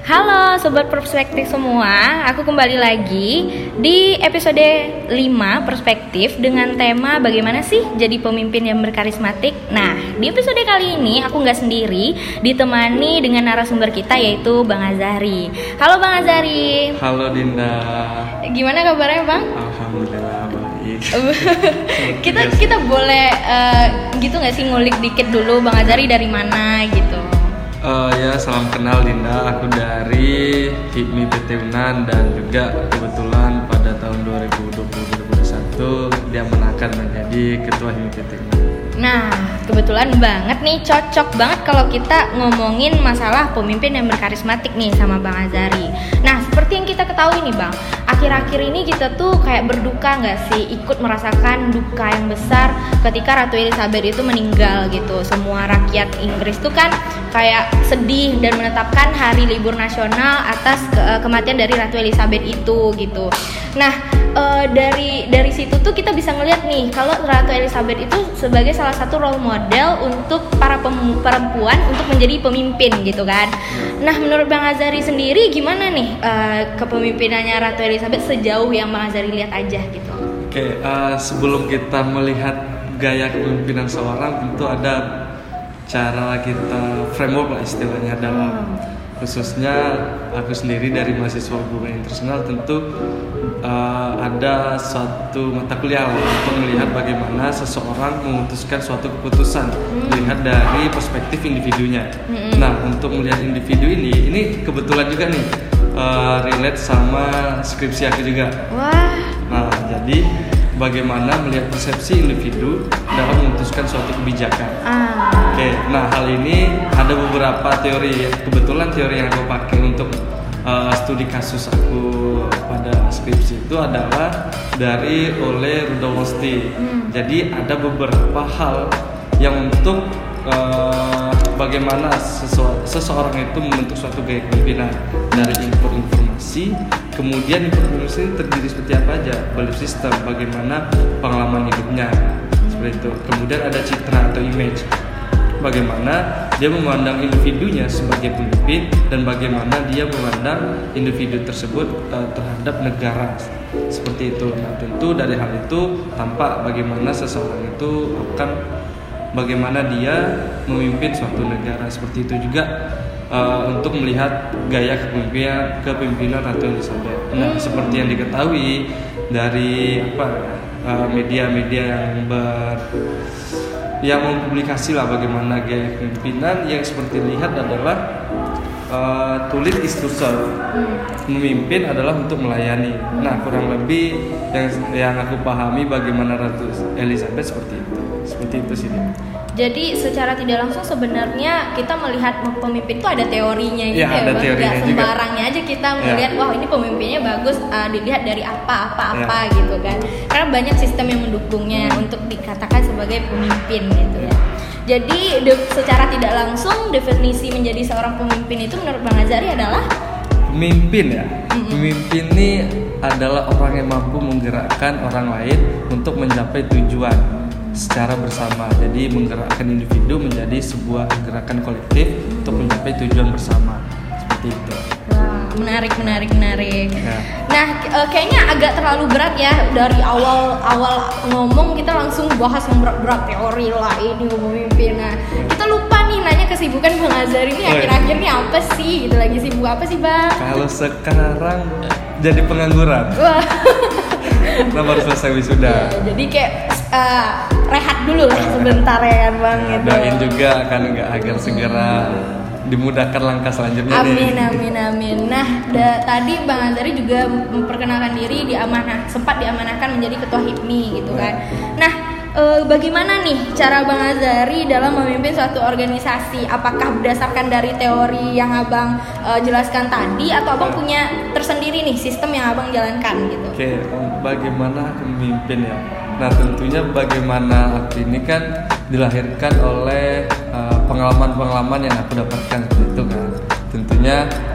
Halo Sobat Perspektif semua, aku kembali lagi di episode 5 Perspektif dengan tema bagaimana sih jadi pemimpin yang berkarismatik. Nah, di episode kali ini aku nggak sendiri, ditemani dengan narasumber kita yaitu Bang Azhari. Halo Bang Azhari. Halo Dinda. Gimana kabarnya Bang? Alhamdulillah baik. kita boleh gitu nggak sih ngulik dikit dulu Bang Azhari dari mana gitu? Ya, salam kenal Dinda. Aku dari HIPMI PT UNAN dan juga kebetulan pada tahun 2020-2021 dia akan menjadi Ketua HIPMI PT UNAN. Nah, kebetulan banget nih, cocok banget kalau kita ngomongin masalah pemimpin yang berkarismatik nih sama Bang Azhari. Nah, seperti yang kita ketahui nih Bang, akhir-akhir ini kita tuh kayak berduka nggak sih, ikut merasakan duka yang besar ketika Ratu Elizabeth itu meninggal gitu. Semua rakyat Inggris tuh kan kayak sedih dan menetapkan hari libur nasional atas kematian dari Ratu Elizabeth itu gitu. Nah, dari situ tuh kita bisa ngeliat nih kalau Ratu Elizabeth itu sebagai salah satu role model untuk para perempuan untuk menjadi pemimpin gitu kan. Nah, menurut Bang Azhari sendiri gimana nih kepemimpinannya Ratu Elizabeth sejauh yang Bang Azhari lihat aja gitu? Oke, sebelum kita melihat gaya kepemimpinan seorang, tentu ada cara kita framework lah istilahnya dalam khususnya aku sendiri dari mahasiswa hubungan internasional tentu ada suatu mata kuliah untuk melihat bagaimana seseorang memutuskan suatu keputusan melihat dari perspektif individunya. Nah, untuk melihat individu ini kebetulan juga nih relate sama skripsi aku juga. Wah. Nah, jadi bagaimana melihat persepsi individu dalam memutuskan suatu kebijakan. Oke, nah hal ini ada beberapa teori. Kebetulan teori yang aku pakai untuk studi kasus aku pada skripsi itu adalah dari Ole Rudolfsky. Jadi ada beberapa hal yang untuk bagaimana seseorang itu membentuk suatu gaya kepemimpinan dari input informasi. Kemudian informasi ini terdiri seperti apa aja, belief system, bagaimana pengalaman hidupnya, seperti itu. Kemudian ada citra atau image, bagaimana dia memandang individunya sebagai pemimpin dan bagaimana dia memandang individu tersebut terhadap negara, seperti itu. Nah, tentu dari hal itu tampak bagaimana seseorang itu akan bagaimana dia memimpin suatu negara, seperti itu juga. Untuk melihat gaya kepemimpinan Ratu Elizabeth. Nah, seperti yang diketahui dari media-media yang mempublikasi lah bagaimana gaya kepemimpinan, yang seperti lihat adalah to lead is to serve. Memimpin adalah untuk melayani. Nah, kurang lebih yang aku pahami bagaimana Ratu Elizabeth seperti itu. Seperti itu sih. Jadi secara tidak langsung sebenarnya kita melihat pemimpin itu ada teorinya gitu ya Bang. Gak sembarangnya aja kita melihat wah ini pemimpinnya bagus, dilihat dari apa gitu kan. Karena banyak sistem yang mendukungnya untuk dikatakan sebagai pemimpin gitu ya. Jadi secara tidak langsung definisi menjadi seorang pemimpin itu menurut Bang Azhari adalah pemimpin ya. Pemimpin ini adalah orang yang mampu menggerakkan orang lain untuk mencapai tujuan secara bersama. Jadi menggerakkan individu menjadi sebuah gerakan kolektif untuk mencapai tujuan bersama, seperti itu. Wah, menarik. Ya. Nah, kayaknya agak terlalu berat ya dari awal ngomong kita langsung bahas yang berat-berat teori lah ini pemimpin. Nah, kita lupa nih nanya kesibukan Bang Azhari ini akhir-akhir ini apa sih? Gitu lagi sibuk apa sih, Bang? Kalau sekarang jadi pengangguran. Wah. Nah, baru selesai wisuda. Ya, jadi kayak rehat dulu lah sebentar ya kan Bang gitu. Doain juga kan agar segera dimudahkan langkah selanjutnya. Amin. Nah, tadi Bang Azhari juga memperkenalkan diri sempat diamanahkan menjadi ketua HIPMI gitu kan. Nah, bagaimana nih cara Bang Azhari dalam memimpin suatu organisasi? Apakah berdasarkan dari teori yang Abang jelaskan tadi atau Abang punya tersendiri nih sistem yang Abang jalankan gitu? Oke, bagaimana memimpin ya? Nah, tentunya bagaimana aku ini kan dilahirkan oleh pengalaman-pengalaman yang aku dapatkan seperti itu kan. Tentunya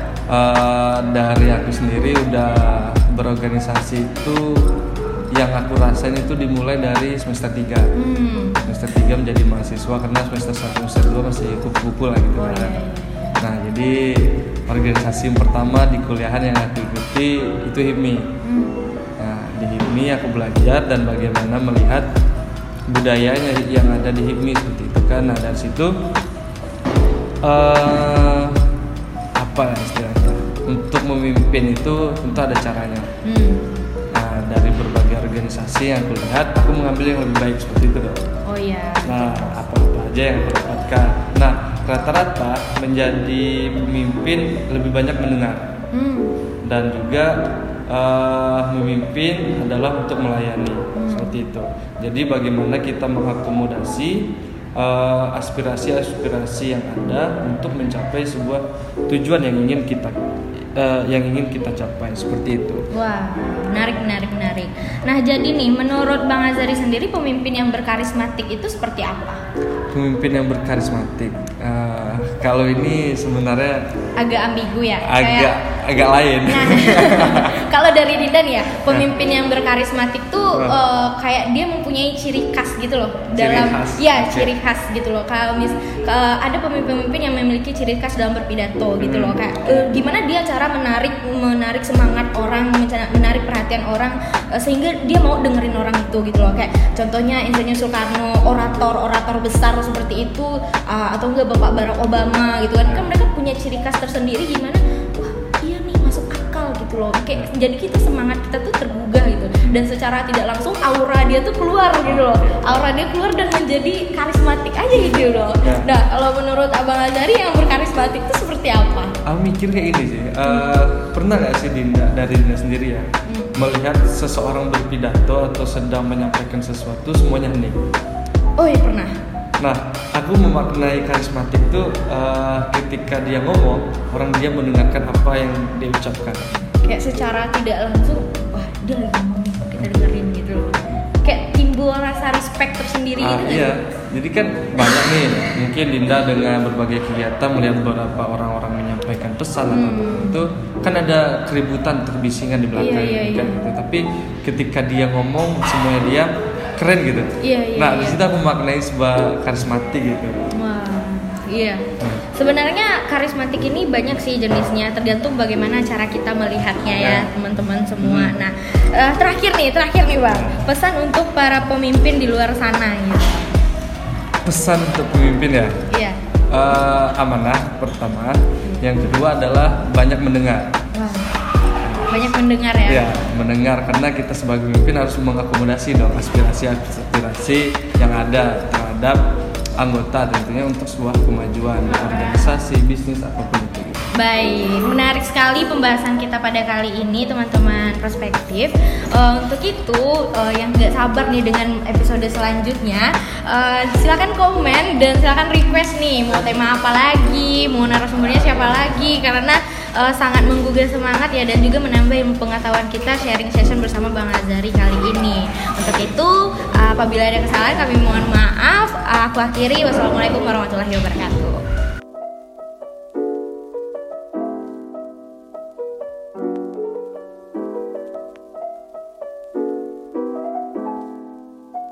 dari aku sendiri udah berorganisasi itu yang aku rasain itu dimulai dari semester 3. Semester 3 menjadi mahasiswa karena semester 1 semester 2 masih kupu-kupu lah gitu kan. Nah, jadi organisasi yang pertama di kuliahan yang aku ikuti itu HIPMI. Nah, di HIPMI aku belajar dan bagaimana melihat budayanya yang ada di HIPMI seperti itu kan. Nah, dari situ apa istilahnya? Untuk memimpin itu tentu ada caranya. Nah, dari berbagai organisasi yang aku lihat, aku mengambil yang lebih baik seperti itu dong. Oh iya. Nah, apa-apa aja yang aku dapatkan. Nah, rata-rata menjadi pemimpin lebih banyak mendengar. Dan juga memimpin adalah untuk melayani, seperti itu. Jadi bagaimana kita mengakomodasi aspirasi-aspirasi yang ada untuk mencapai sebuah tujuan yang ingin kita capai, seperti itu. Wah, menarik. Nah, jadi nih, menurut Bang Azari sendiri pemimpin yang berkarismatik itu seperti apa? Pemimpin yang berkarismatik, kalau ini sebenarnya agak ambigu ya. Agak lain. Nah, kalau dari Dinda nih ya, pemimpin yang berkarismatik tuh kayak dia mempunyai ciri khas gitu loh. Ciri khas gitu loh. Kalau ada pemimpin-pemimpin yang memiliki ciri khas dalam berpidato gitu loh. Kayak gimana dia cara menarik semangat orang, menarik perhatian orang sehingga dia mau dengerin orang itu gitu loh. Kayak contohnya Insinyur Soekarno, orator besar seperti itu, atau enggak Bapak Barack Obama gitu kan. Kan mereka punya ciri khas tersendiri gimana? Gitu loh. Kayak jadi kita semangat kita tuh tergugah gitu, dan secara tidak langsung aura dia tuh keluar gitu loh, dan menjadi karismatik aja gitu loh. Nah, kalau menurut Abang Azari yang berkarismatik itu seperti apa? Aku mikir kayak gini sih, pernah nggak sih Dinda sendiri ya melihat seseorang berpidato atau sedang menyampaikan sesuatu semuanya hening? Oh iya, pernah. Nah, aku memaknai karismatik itu ketika dia ngomong, orang dia mendengarkan apa yang dia ucapkan. Kayak secara tidak langsung, wah dia lagi ngomong nih, kita dengerin gitu loh. Kayak timbul rasa respect tersendiri gitu. Iya, jadi kan banyak nih, mungkin Dinda dengan berbagai kegiatan melihat beberapa orang-orang menyampaikan pesan atau itu kan ada keributan, terbisingan di belakang kan gitu. Tapi ketika dia ngomong, semuanya dia keren gitu. Nah, di situ aku memaknai sebuah karismatik gitu. Wah, iya. Sebenarnya karismatik ini banyak sih jenisnya, tergantung bagaimana cara kita melihatnya ya, teman-teman semua. Nah, terakhir nih Bang, pesan untuk para pemimpin di luar sana gitu. Pesan untuk pemimpin ya? Iya. Amanah pertama, yang kedua adalah banyak mendengar. Wah. Banyak mendengar ya? Ya, mendengar, karena kita sebagai pemimpin harus mengakomodasi dong aspirasi yang ada terhadap anggota, tentunya untuk sebuah kemajuan organisasi, bisnis, apapun itu. Baik, menarik sekali pembahasan kita pada kali ini teman-teman perspektif. Untuk itu yang gak sabar nih dengan episode selanjutnya, silakan komen dan silakan request nih mau tema apa lagi, mau narasumbernya siapa lagi, karena sangat menggugah semangat ya, dan juga menambah ilmu pengetahuan kita sharing session bersama Bang Azari kali ini. Untuk itu apabila ada kesalahan kami mohon maaf. Aku akhiri, wassalamualaikum warahmatullahi wabarakatuh.